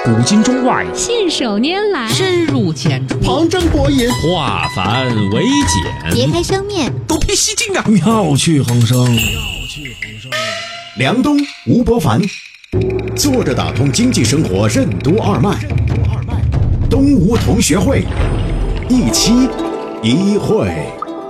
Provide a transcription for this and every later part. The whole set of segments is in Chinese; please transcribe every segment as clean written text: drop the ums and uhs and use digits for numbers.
古今中外， 信手拈来， 深入浅出， 旁征博引， 化繁为简， 别开生面， 独辟蹊径啊！ 妙趣横生。 梁冬、吴伯凡，坐着打通经济生活任督二脉。东吴同学会，一期一会。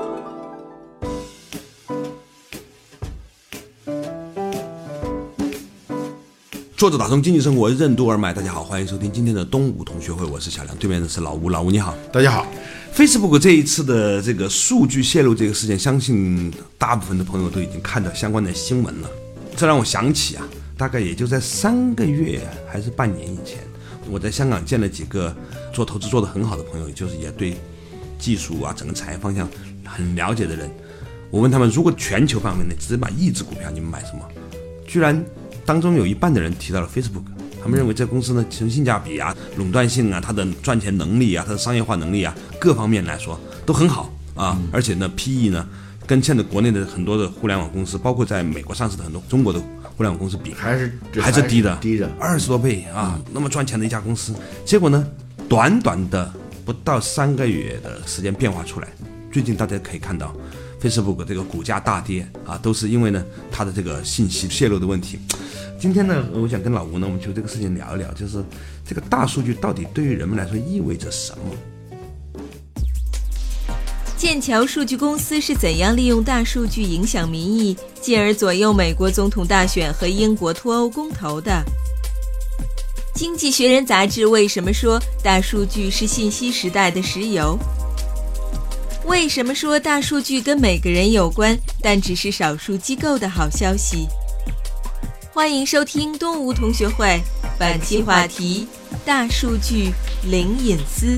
作者打通经济生活任督二脉，大家好，欢迎收听今天的东吴同学会，我是小梁，对面的是老吴，老吴你好。 大家好。 Facebook 这一次的这个数据泄露这个事件，相信大部分的朋友都已经看到相关的新闻了。这让我想起啊，大概也就在3个月还是半年以前，我在香港见了几个做投资做得很好的朋友，就是也对技术啊整个产业方向很了解的人。我问他们，如果全球范围内只买一只股票，你们买什么？居然当中有一半的人提到了 Facebook。 他们认为这公司呢，从性价比啊、垄断性啊、它的赚钱能力啊、它的商业化能力啊，各方面来说都很好啊。而且呢 ，PE 呢，跟现在国内的很多的互联网公司，包括在美国上市的很多中国的互联网公司比，还是低的，20多倍啊，那么赚钱的一家公司。结果呢，短短的不到3个月的时间变化出来，最近大家可以看到 ，Facebook 这个股价大跌啊，都是因为呢它的这个信息泄露的问题。 今天呢，我想跟老吴呢，我们就这个事情聊一聊，就是这个大数据到底对于人们来说意味着什么？ 剑桥数据公司是怎样利用大数据影响民意，进而左右美国总统大选和英国脱欧公投的？经济学人杂志为什么说大数据是信息时代的石油？为什么说大数据跟每个人有关，但只是少数机构的好消息？ 欢迎收听东吴同学会，本期话题：大数据零隐私。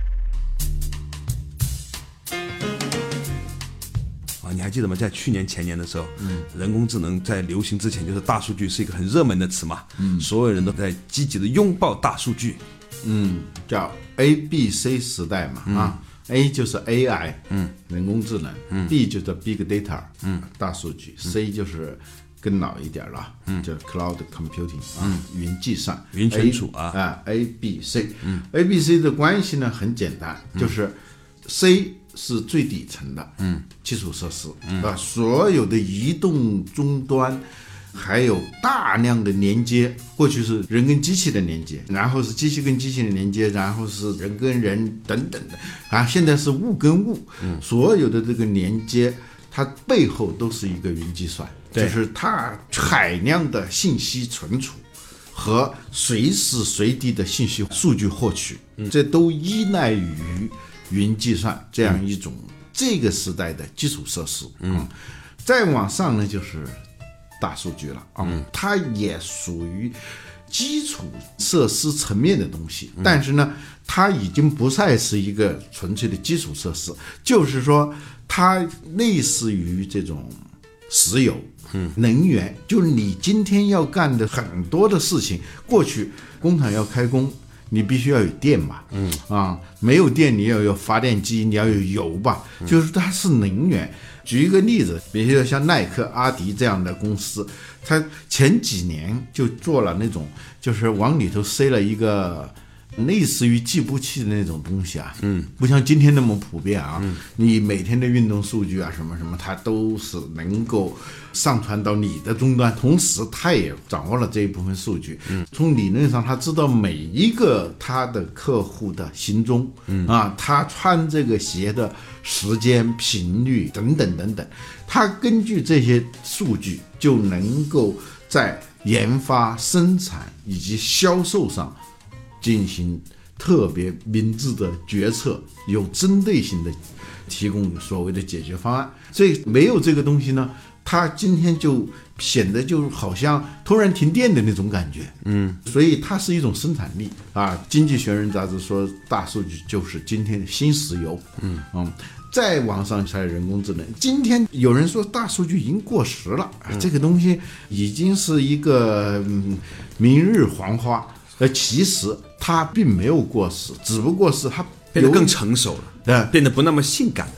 你还记得吗？在去年前年的时候，人工智能在流行之前，就是大数据是一个很热门的词嘛，所有人都在积极的拥抱大数据， 叫 ABC 时代嘛，A 就是 AI，人工智能，B 就是 Big Data，大数据，C 就是更老一点了，叫 Cloud Computing 云计算、 云存储 ABC 的关系呢很简单，就是 C 是最底层的，基础设施，所有的移动终端，还有大量的连接，过去是人跟机器的连接，然后是机器跟机器的连接，然后是人跟人等等的，现在是物跟物，所有的这个连接，它背后都是一个云计算。 就是它海量的信息存储和随时随地的信息数据获取，这都依赖于云计算这样一种这个时代的基础设施。再往上呢就是大数据了它也属于基础设施层面的东西，但是呢，它已经不再是一个纯粹的基础设施，就是说它类似于这种石油。 能源就是你今天要干的很多的事情，过去工厂要开工，你必须要有电嘛，没有电你要有发电机，你要有油吧，就是它是能源。举一个例子，比如说像耐克、阿迪这样的公司，它前几年就做了那种，就是往里头塞了一个。 类似于计步器的那种东西啊，不像今天那么普遍啊。你每天的运动数据啊，什么什么，它都是能够上传到你的终端，同时它也掌握了这一部分数据。从理论上，它知道每一个他的客户的行踪，他穿这个鞋的时间、频率等等等等，它根据这些数据就能够在研发、生产以及销售上。 进行特别明智的决策，有针对性的提供所谓的解决方案。所以没有这个东西呢，它今天就显得就好像突然停电的那种感觉。所以它是一种生产力啊。经济学人杂志说，大数据就是今天的新石油。再往上才人工智能。今天有人说大数据已经过时了，这个东西已经是一个明日黄花。其实它并没有过时，只不过是它变得更成熟了，变得不那么性感。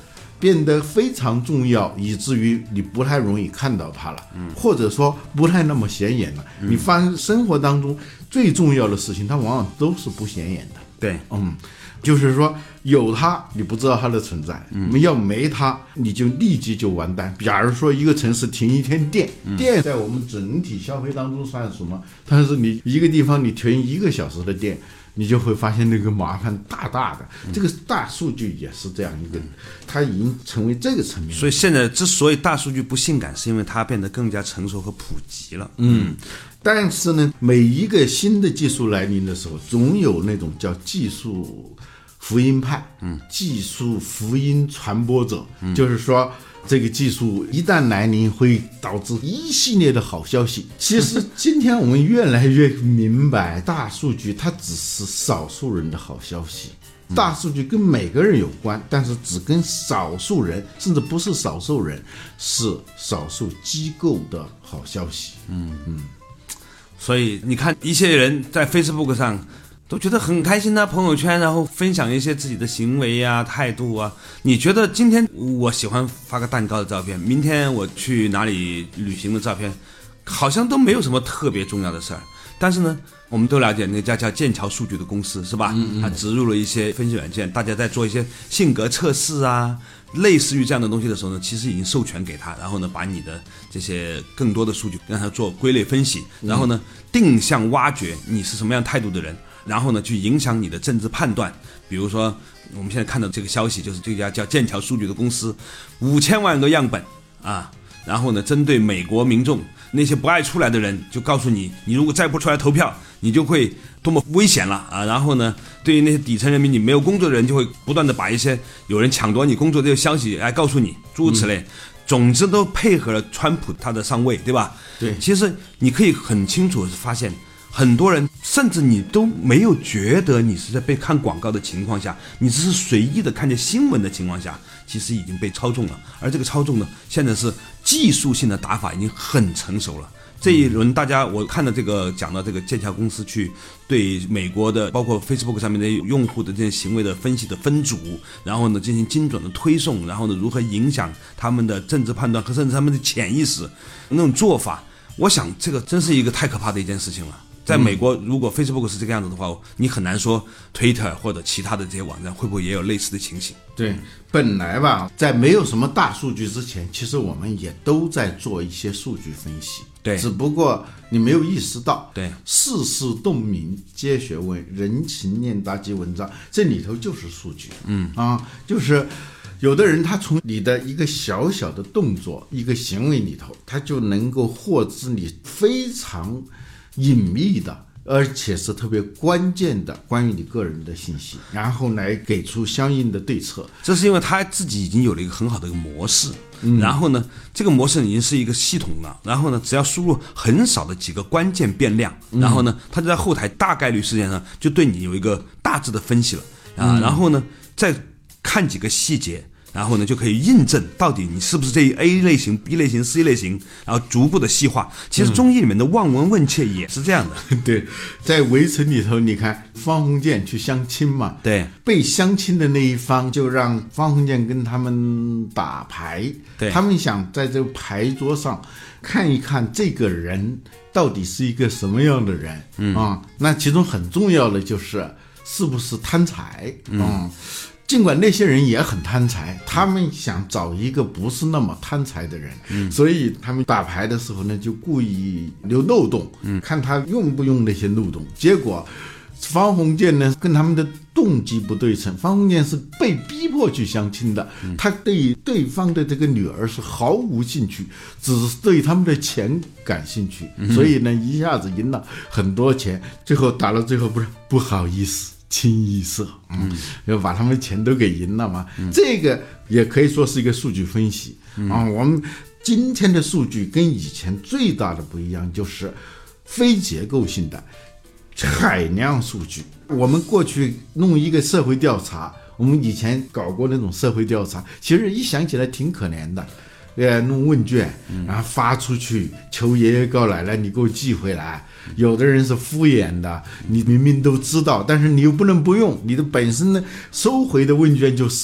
变得非常重要，以至于你不太容易看到它了，或者说不太那么显眼了。你发现生活当中最重要的事情，它往往都是不显眼的。 对， 就是说有它你不知道它的存在，要没它你就立即就完蛋。假如说一个城市停一天电，电在我们整体消费当中算什么？但是你一个地方你停1个小时的电，你就会发现那个麻烦大大的。这个大数据也是这样一个，它已经成为这个层面。 所以现在之所以大数据不性感，是因为它变得更加成熟和普及了。 但是呢，每一个新的技术来临的时候，总有那种叫技术福音派，技术福音传播者，就是说这个技术一旦来临，会导致一系列的好消息。其实今天我们越来越明白，大数据它只是少数人的好消息。大数据跟每个人有关，但是只跟少数人，甚至不是少数人，是少数机构的好消息。 所以你看，一些人在 Facebook 上都觉得很开心的朋友圈，然后分享一些自己的行为啊、态度啊。你觉得今天我喜欢发个蛋糕的照片，明天我去哪里旅行的照片，好像都没有什么特别重要的事儿。但是呢，我们都了解那家叫剑桥数据的公司，是吧？它植入了一些分析软件，大家在做一些性格测试啊，类似于这样的东西的时候呢，其实已经授权给他，然后呢，把你的这些更多的数据让他做归类分析，然后呢，定向挖掘你是什么样态度的人，然后呢，去影响你的政治判断。比如说，我们现在看到这个消息，就是这家叫剑桥数据的公司，5000万个样本啊，然后呢，针对美国民众那些不爱出来的人，就告诉你，你如果再不出来投票，你就会多么危险了啊！然后呢，对于那些底层人民，你没有工作的人，就会不断的把一些有人抢夺你工作这些消息来告诉你，诸如此类。总之都配合了川普他的上位，对吧？ 对， 其实你可以很清楚的发现，很多人甚至你都没有觉得你是在被看广告的情况下，你只是随意的看见新闻的情况下，其实已经被操纵了。而这个操纵呢，现在是技术性的打法已经很成熟了。这一轮大家我看到这个讲到这个剑桥公司去对美国的包括 Facebook 上面的用户的这些行为的分析的分组，然后呢进行精准的推送，然后呢如何影响他们的政治判断和甚至他们的潜意识那种做法，我想这个真是一个太可怕的一件事情了。在美国，如果 Facebook 是这个样子的话，你很难说 Twitter 或者其他的这些网站会不会也有类似的情形。 对，本来吧，在没有什么大数据之前，其实我们也都在做一些数据分析， 对， 只不过你没有意识到。 对， 世事洞明皆学问，人情练达即文章，这里头就是数据。就是有的人他从你的一个小小的动作、一个行为里头，他就能够获知你非常隐秘的，而且是特别关键的关于你个人的信息，然后来给出相应的对策。 这是因为他自己已经有了一个很好的一个模式，然后呢，这个模式已经是一个系统了，然后呢，只要输入很少的几个关键变量，然后呢，他就在后台大概率事件上就对你有一个大致的分析了啊，然后呢，再看几个细节。然后呢，就可以印证到底你是不是这一 A 类型、B 类型、C 类型，然后逐步的细化。其实中医里面的望闻问切也是这样的。 对，在围城里头，你看方鸿渐去相亲嘛， 对， 被相亲的那一方就让方鸿渐跟他们打牌， 对， 他们想在这个牌桌上看一看这个人到底是一个什么样的人，那其中很重要的就是是不是贪财，尽管那些人也很贪财，他们想找一个不是那么贪财的人，所以他们打牌的时候呢，就故意留漏洞，看他用不用那些漏洞。结果方鸿渐呢，跟他们的动机不对称。方鸿渐是被逼迫去相亲的，他对对方的这个女儿是毫无兴趣，只是对他们的钱感兴趣，所以呢，一下子赢了很多钱。最后打到最后，不好意思。清一色，要把他们钱都给赢了嘛。这个也可以说是一个数据分析我们今天的数据跟以前最大的不一样，就是非结构性的海量数据。我们过去弄一个社会调查，我们以前搞过那种社会调查，其实一想起来挺可怜的。弄问卷，然后发出去，求爷爷告奶奶你给我寄回来。有的人是敷衍的，你明明都知道，但是你又不能不用，你的本身呢收回的问卷就少，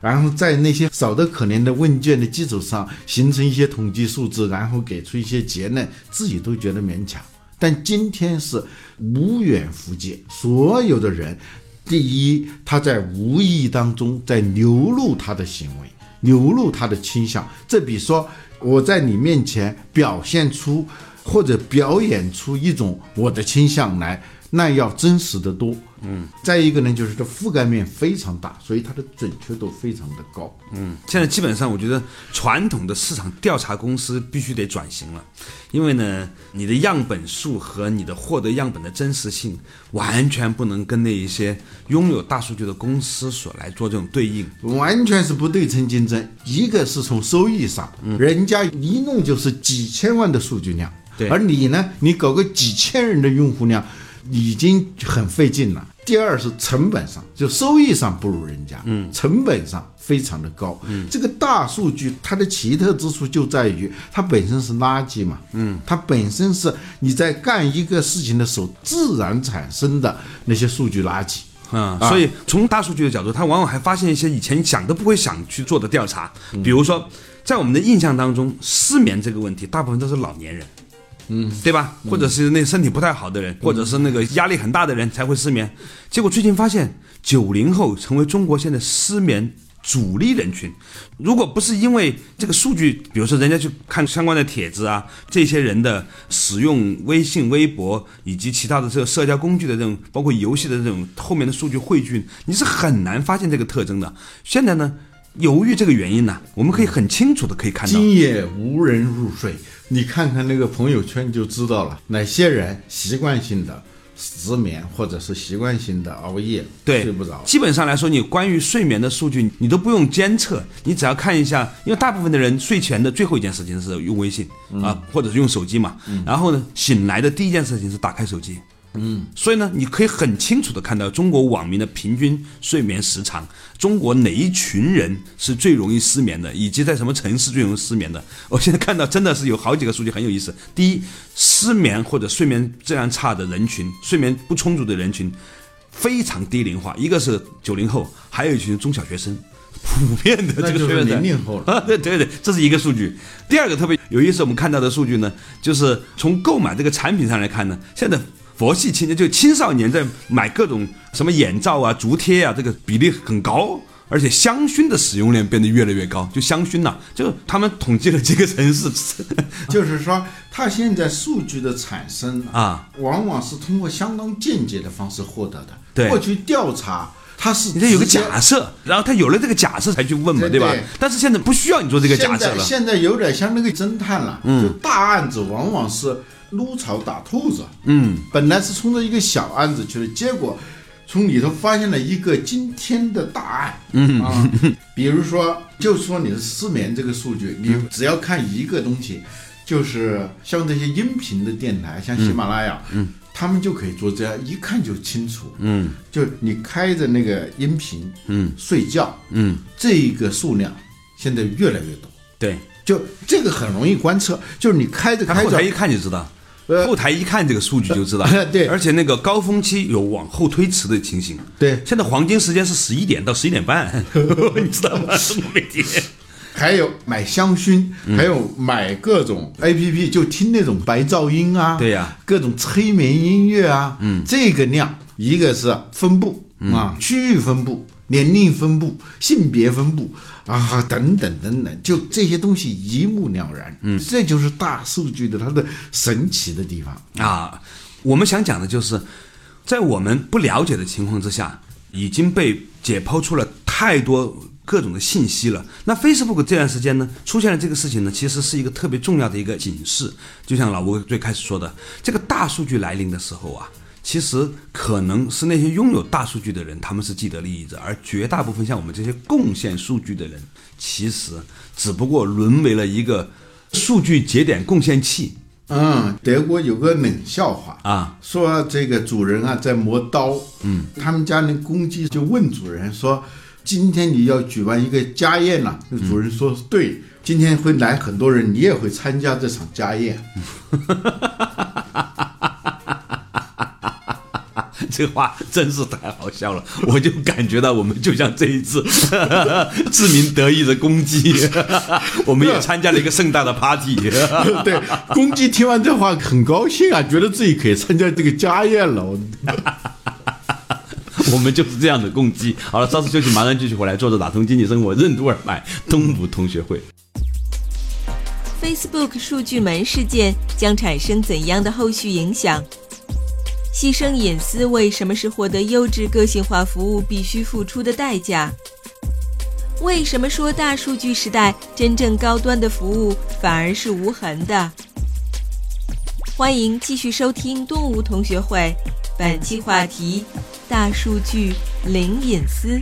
然后在那些少得可怜的问卷的基础上形成一些统计数字，然后给出一些结论，自己都觉得勉强。但今天是无远弗届，所有的人，第一，他在无意当中在流露他的行为，流露他的倾向，这比说我在你面前表现出或者表演出一种我的倾向来，那要真实的多。再一个呢，就是它覆盖面非常大，所以它的准确度非常的高。 现在基本上我觉得传统的市场调查公司必须得转型了，因为呢，你的样本数和你的获得样本的真实性完全不能跟那一些拥有大数据的公司所来做这种对应， 完全是不对称竞争。一个是从收益上，人家一弄就是几千万的数据量， 对， 而你呢，你搞个几千人的用户量已经很费劲了。第二是成本上，就收益上不如人家，成本上非常的高。这个大数据它的奇特之处就在于它本身是垃圾嘛，它本身是你在干一个事情的时候自然产生的那些数据垃圾。 所以从大数据的角度，它往往还发现一些以前想都不会想去做的调查，比如说在我们的印象当中，失眠这个问题大部分都是老年人，对吧？或者是那身体不太好的人，或者是那个压力很大的人才会失眠。结果最近发现，90后成为中国现在失眠主力人群。如果不是因为这个数据，比如说人家去看相关的帖子啊，这些人的使用微信、微博以及其他的这个社交工具的这种，包括游戏的这种后面的数据汇聚，你是很难发现这个特征的。现在呢，由于这个原因呢，我们可以很清楚的可以看到， 今夜无人入睡，你看看那个朋友圈就知道了，哪些人习惯性的失眠，或者是习惯性的熬夜， 对， 睡不着。 基本上来说，你关于睡眠的数据，你都不用监测，你只要看一下，因为大部分的人睡前的最后一件事情是用微信或者是用手机嘛，然后呢，醒来的第一件事情是打开手机。所以呢，你可以很清楚的看到中国网民的平均睡眠时长，中国哪一群人是最容易失眠的，以及在什么城市最容易失眠的。我现在看到真的是有好几个数据很有意思。第一，失眠或者睡眠质量差的人群，睡眠不充足的人群非常低龄化，一个是90后，还有一群中小学生。普遍的这个睡眠 00后了， 对对对，这是一个数据。第二个特别有意思，我们看到的数据呢，就是从购买这个产品上来看呢，现在佛系青年就青少年在买各种什么眼罩啊、足贴啊，这个比例很高，而且香薰的使用量变得越来越高。就香薰呐，就他们统计了几个城市， 就是说，它现在数据的产生往往是通过相当间接的方式获得的。 对， 过去调查。它是你得有个假设，然后他有了这个假设才去问嘛，对吧？但是现在不需要你做这个假设了。 现在有点像那个侦探了，就大案子往往是撸草打兔子。本来是冲着一个小案子去的，结果从里头发现了一个惊天的大案。比如说，就说你的失眠这个数据，你只要看一个东西，就是像这些音频的电台，像喜马拉雅。他们就可以做这样，一看就清楚。就你开着那个音频，睡觉，这个数量现在越来越多。 对， 就这个很容易观测，就是你开着， 后台一看就知道，后台一看这个数据就知道。 对， 而且那个高峰期有往后推迟的情形。 对， 现在黄金时间是11点到11点半，你知道吗？中国媒体。 还有买香薰，还有买各种 APP， 就听那种白噪音啊， 对呀， 各种催眠音乐啊，这个量，一个是分布区域分布、年龄分布、性别分布啊，等等等等，就这些东西一目了然。这就是大数据的它的神奇的地方啊。我们想讲的就是，在我们不了解的情况之下，已经被解剖出了太多各种的信息了。那 Facebook 这段时间呢，出现了这个事情呢，其实是一个特别重要的一个警示。就像老吴最开始说的，这个大数据来临的时候啊，其实可能是那些拥有大数据的人，他们是既得利益者，而绝大部分像我们这些贡献数据的人，其实只不过沦为了一个数据节点贡献器。 德国有个冷笑话啊，说这个主人啊在磨刀，他们家那公鸡就问主人说，今天你要举办一个家宴了，那主人说对，今天会来很多人，你也会参加这场家宴。 这话真是太好笑了，我就感觉到我们就像这一次自鸣得意的公鸡，我们也参加了一个盛大的 party。 对，公鸡听完这话很高兴啊，觉得自己可以参加这个家宴了。 我们就是这样的公鸡。好了，稍事休息，马上继续回来，坐着打通经济生活，任督二脉，东吴同学会。 Facebook 数据门事件将产生怎样的后续影响？牺牲隐私为什么是获得优质个性化服务必须付出的代价？为什么说大数据时代真正高端的服务反而是无痕的？欢迎继续收听东吴同学会，本期话题：大数据零隐私。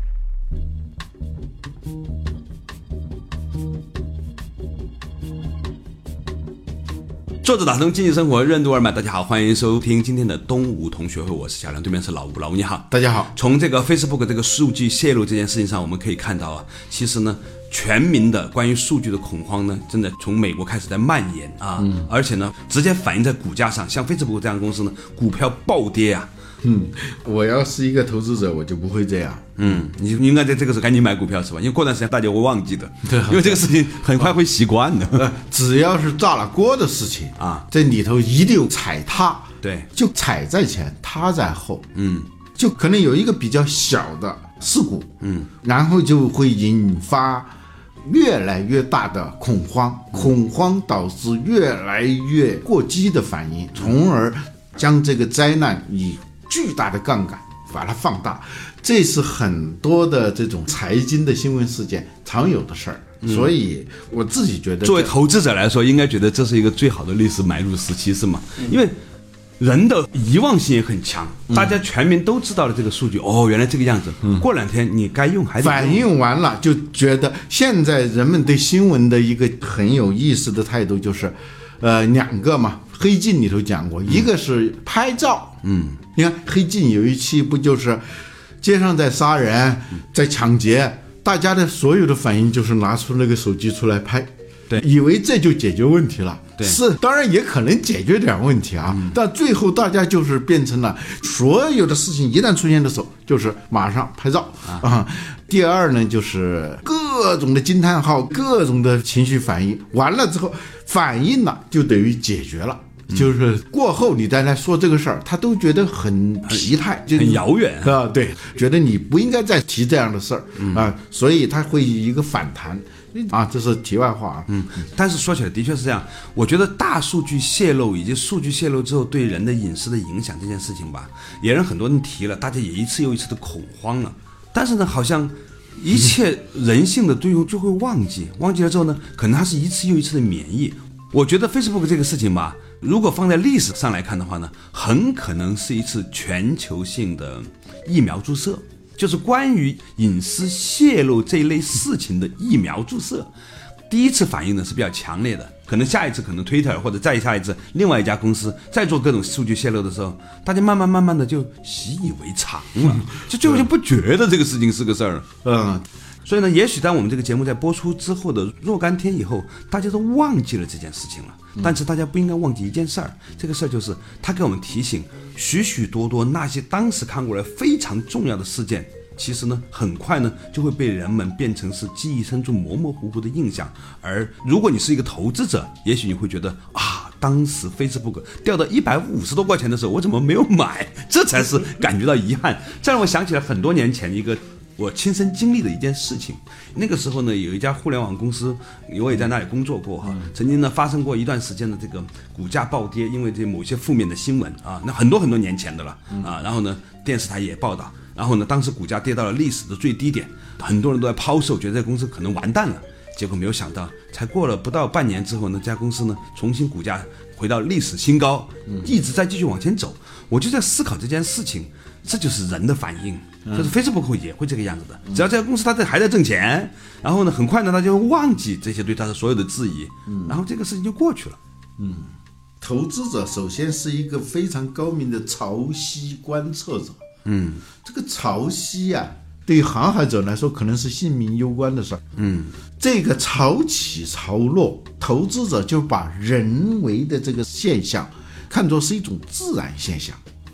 作者打通经济生活，任督二脉。大家好，欢迎收听今天的东吴同学会，我是小梁，对面是老吴，老吴你好。 大家好。 从这个 Facebook 这个数据泄露这件事情上，我们可以看到啊，其实呢，全民的关于数据的恐慌呢，真的从美国开始在蔓延啊，而且呢，直接反映在股价上。像 Facebook 这样的公司呢，股票暴跌啊。 我要是一个投资者，我就不会这样。 你应该在这个时候赶紧买股票是吧？因为过段时间大家会忘记的， 对， 因为这个事情很快会习惯的。 只要是炸了锅的事情啊， 这里头一定有踩踏， 对， 就踩在前，踏在后，就可能有一个比较小的事故，然后就会引发越来越大的恐慌导致越来越过激的反应，从而将这个灾难以巨大的杠杆把它放大。这是很多的这种财经的新闻事件常有的事儿，所以我自己觉得， 作为投资者来说，应该觉得这是一个最好的历史买入时期，是吗？因为人的遗忘性也很强，大家全民都知道了这个数据，原来这个样子，过两天你该用还得用， 反应完了就觉得，现在人们对新闻的一个很有意思的态度就是，两个嘛，黑镜里头讲过，一个是拍照，你看黑镜有一期不就是街上在杀人，在抢劫，大家的所有的反应就是拿出那个手机出来拍， 对， 以为这就解决问题了。 对， 是，当然也可能解决点问题啊，但最后大家就是变成了所有的事情一旦出现的时候，就是马上拍照啊。第二呢，就是各种的惊叹号，各种的情绪反应，完了之后反应了就等于解决了。就是过后你再来说这个事儿，他都觉得很疲态， 很遥远啊。对，觉得你不应该再提这样的事儿啊，所以他会一个反弹啊。这是题外话啊。 但是说起来的确是这样。我觉得大数据泄露以及数据泄露之后对人的隐私的影响这件事情吧，也让很多人提了，大家也一次又一次的恐慌了。但是呢，好像一切人性的最后就会忘记了之后呢，可能它是一次又一次的免疫。我觉得 Facebook 这个事情吧，如果放在历史上来看的话呢，很可能是一次全球性的疫苗注射，就是关于隐私泄露这一类事情的疫苗注射。第一次反应呢是比较强烈的，可能下一次可能 Twitter 或者再下一次另外一家公司再做各种数据泄露的时候，大家慢慢的就习以为常了，就最后就不觉得这个事情是个事儿了。所以呢，也许当我们这个节目在播出之后的若干天以后，大家都忘记了这件事情了。但是大家不应该忘记一件事儿，这个事儿就是它给我们提醒，许许多多那些当时看过来非常重要的事件，其实呢，很快呢就会被人们变成是记忆深处模模糊糊的印象。而如果你是一个投资者，也许你会觉得啊，当时 Facebook 掉到150多块钱的时候，我怎么没有买？这才是感觉到遗憾。这让我想起了很多年前一个我亲身经历的一件事情。那个时候呢，有一家互联网公司，我也在那里工作过哈。曾经呢发生过一段时间的这个股价暴跌，因为这某些负面的新闻啊，那很多年前的了啊。然后呢，电视台也报道，然后呢，当时股价跌到了历史的最低点，很多人都在抛售，觉得这个公司可能完蛋了。结果没有想到，才过了不到半年之后呢，这家公司呢重新股价回到历史新高，一直在继续往前走。我就在思考这件事情，这就是人的反应，就是 Facebook 也会这个样子的。只要这家公司它还在挣钱，然后呢，很快呢，他就会忘记这些对他的所有的质疑，然后这个事情就过去了。 投资者首先是一个非常高明的潮汐观测者。这个潮汐啊，对于航海者来说可能是性命攸关的事儿。这个潮起潮落，投资者就把人为的这个现象看作是一种自然现象。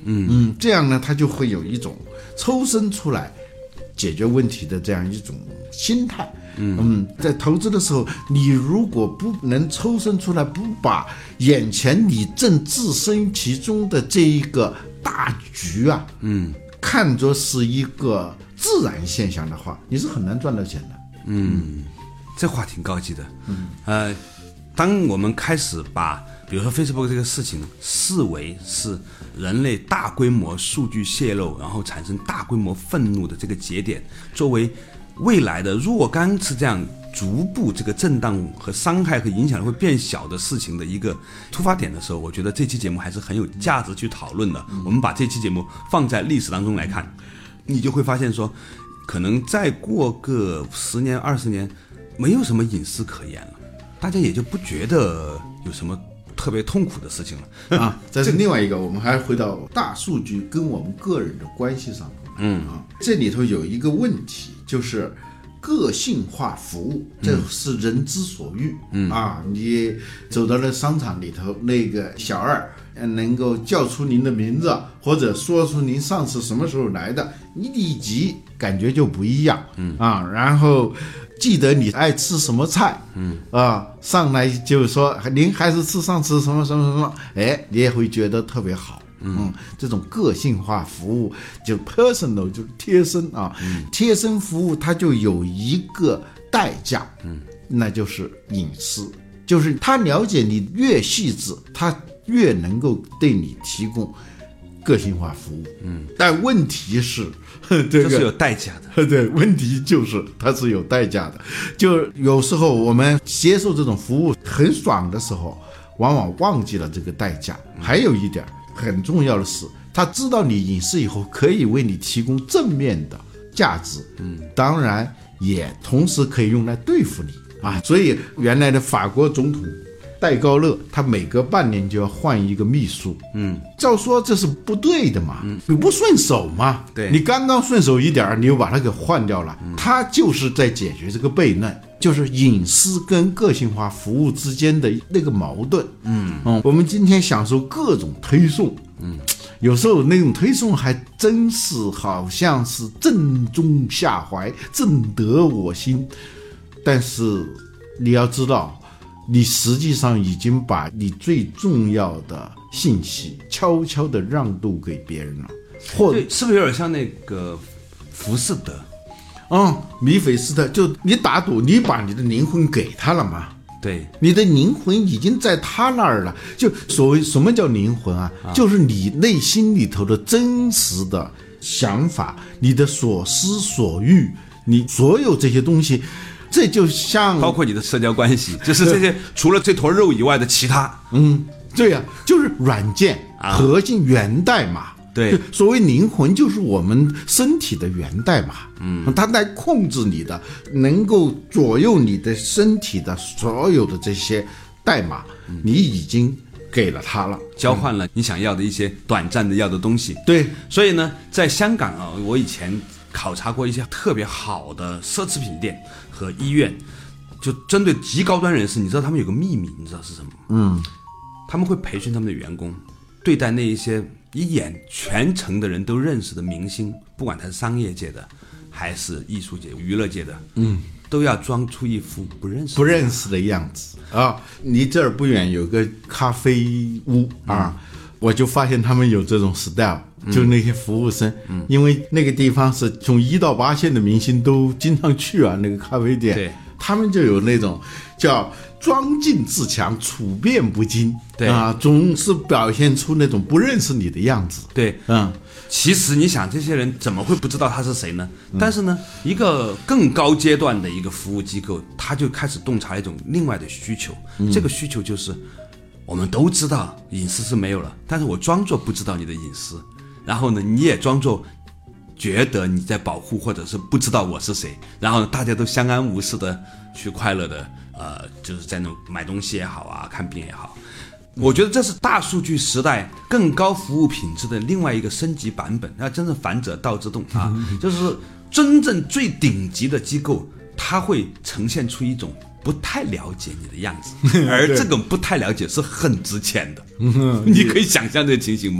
这样呢，他就会有一种抽身出来解决问题的这样一种心态。在投资的时候，你如果不能抽身出来，不把眼前你正置身其中的这一个大局啊，看作是一个自然现象的话，你是很难赚到钱的。 这话挺高级的。当我们开始把比如说 Facebook 这个事情视为是人类大规模数据泄露，然后产生大规模愤怒的这个节点，作为未来的若干次这样逐步这个震荡和伤害和影响会变小的事情的一个突发点的时候，我觉得这期节目还是很有价值去讨论的。我们把这期节目放在历史当中来看，你就会发现说，可能再过个10年20年，没有什么隐私可言了，大家也就不觉得有什么特别痛苦的事情了啊。这是另外一个，我们还回到大数据跟我们个人的关系上。这里头有一个问题，就是个性化服务，这是人之所欲。你走到了商场里头，那个小二能够叫出您的名字，或者说出您上次什么时候来的，你立即感觉就不一样。然后记得你爱吃什么菜，上来就是说您还是吃上次什么什么什么，你也会觉得特别好。这种个性化服务就 personal 就是贴身啊，贴身服务它就有一个代价，那就是隐私，就是他了解你越细致，他越能够对你提供个性化服务。但问题是这是有代价的。 对，问题就是它是有代价的。就有时候我们接受这种服务很爽的时候，往往忘记了这个代价。还有一点很重要的是，他知道你隐私以后，可以为你提供正面的价值，当然也同时可以用来对付你啊。所以原来的法国总统戴高乐，他每隔半年就要换一个秘书。照说这是不对的嘛，你不顺手嘛。 对， 你刚刚顺手一点，你又把它给换掉了。他就是在解决这个悖论，就是隐私跟个性化服务之间的那个矛盾。我们今天享受各种推送，有时候那种推送还真是好像是正中下怀，正得我心。但是你要知道，你实际上已经把你最重要的信息悄悄地让渡给别人了。 对，是不是有点像那个浮士德？ 米菲斯特，就你打赌，你把你的灵魂给他了嘛？ 对， 你的灵魂已经在他那儿了。就所谓什么叫灵魂啊？就是你内心里头的真实的想法，你的所思所欲，你所有这些东西。这就像包括你的社交关系，就是这些除了这坨肉以外的其他。 对呀，就是软件核心源代码。 对， 所谓灵魂就是我们身体的源代码。它来控制你的，能够左右你的身体的所有的这些代码，你已经给了它了， 交换了你想要的一些短暂的要的东西。 对， 所以呢，在香港啊，我以前考察过一些特别好的奢侈品店和医院，就针对极高端人士，你知道他们有个秘密，你知道是什么？他们会培训他们的员工，对待那一些一眼全城的人都认识的明星，不管他是商业界的还是艺术界娱乐界的，都要装出一副不认识的样子啊。离这儿不远有个咖啡屋啊，我就发现他们有这种 style，就那些服务生，因为那个地方是从1到8线的明星都经常去啊，那个咖啡店， 对， 他们就有那种叫装进自强，处变不惊， 对总是表现出那种不认识你的样子， 对，其实你想，这些人怎么会不知道他是谁呢？但是呢，一个更高阶段的一个服务机构，他就开始洞察一种另外的需求，这个需求就是我们都知道隐私是没有了，但是我装作不知道你的隐私，然后呢，你也装作觉得你在保护，或者是不知道我是谁，然后大家都相安无事的去快乐的就是在那种买东西也好啊，看病也好。我觉得这是大数据时代更高服务品质的另外一个升级版本。那真正反者道之动啊，就是真正最顶级的机构，它会呈现出一种不太了解你的样子，而这种不太了解是很值钱的。你可以想象这个情形吗？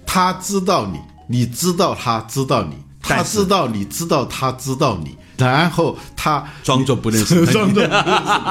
他知道你，你知道他知道你，他知道你知道他知道你，然后他装作不认识他， 装作不认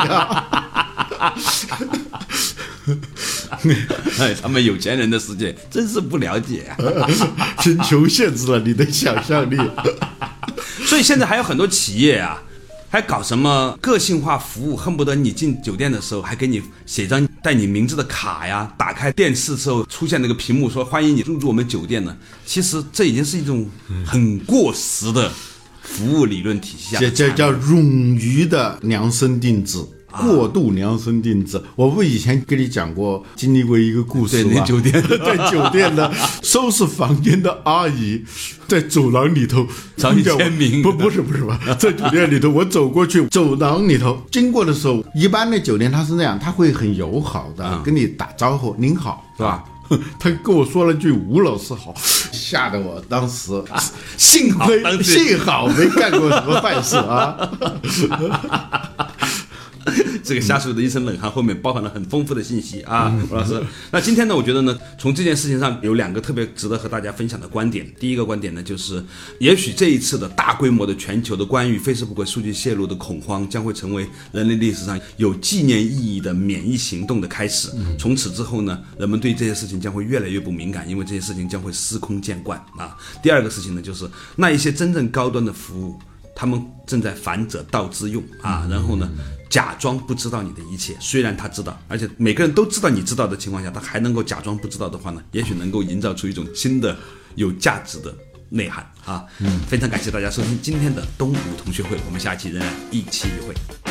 识哎，他们有钱人的世界真是不了解啊！ 贫穷限制了你的想象力。 所以现在还有很多企业啊，还搞什么个性化服务，恨不得你进酒店的时候还给你写张带你名字的卡呀，打开电视之后出现那个屏幕说欢迎你入住我们酒店呢。其实这已经是一种很过时的服务理论体系下， 这叫冗余的量身定制。过度量身定制，我不以前跟你讲过，经历过一个故事吗？ 对，酒店在酒店的收拾房间的阿姨，在走廊里头找你签名。 不是吧？在酒店里头，我走过去，走廊里头经过的时候，一般的酒店它是那样，他会很友好的跟你打招呼，您好，是吧？他跟我说了句吴老师好，吓得我当时幸好没干过什么坏事啊。 这个下属的一身冷汗后面包含了很丰富的信息啊，吴老师。那今天呢，我觉得呢，从这件事情上有2个特别值得和大家分享的观点。第一个观点呢，就是也许这一次的大规模的全球的关于 Facebook 数据泄露的恐慌，将会成为人类历史上有纪念意义的免疫行动的开始。从此之后呢，人们对这些事情将会越来越不敏感，因为这些事情将会司空见惯啊。第二个事情呢，就是那一些真正高端的服务，他们正在反者道之用啊，然后呢，假装不知道你的一切，虽然他知道，而且每个人都知道你知道的情况下，他还能够假装不知道的话呢，也许能够营造出一种新的有价值的内涵啊。非常感谢大家收听今天的东吴同学会，我们下期仍然一期一会。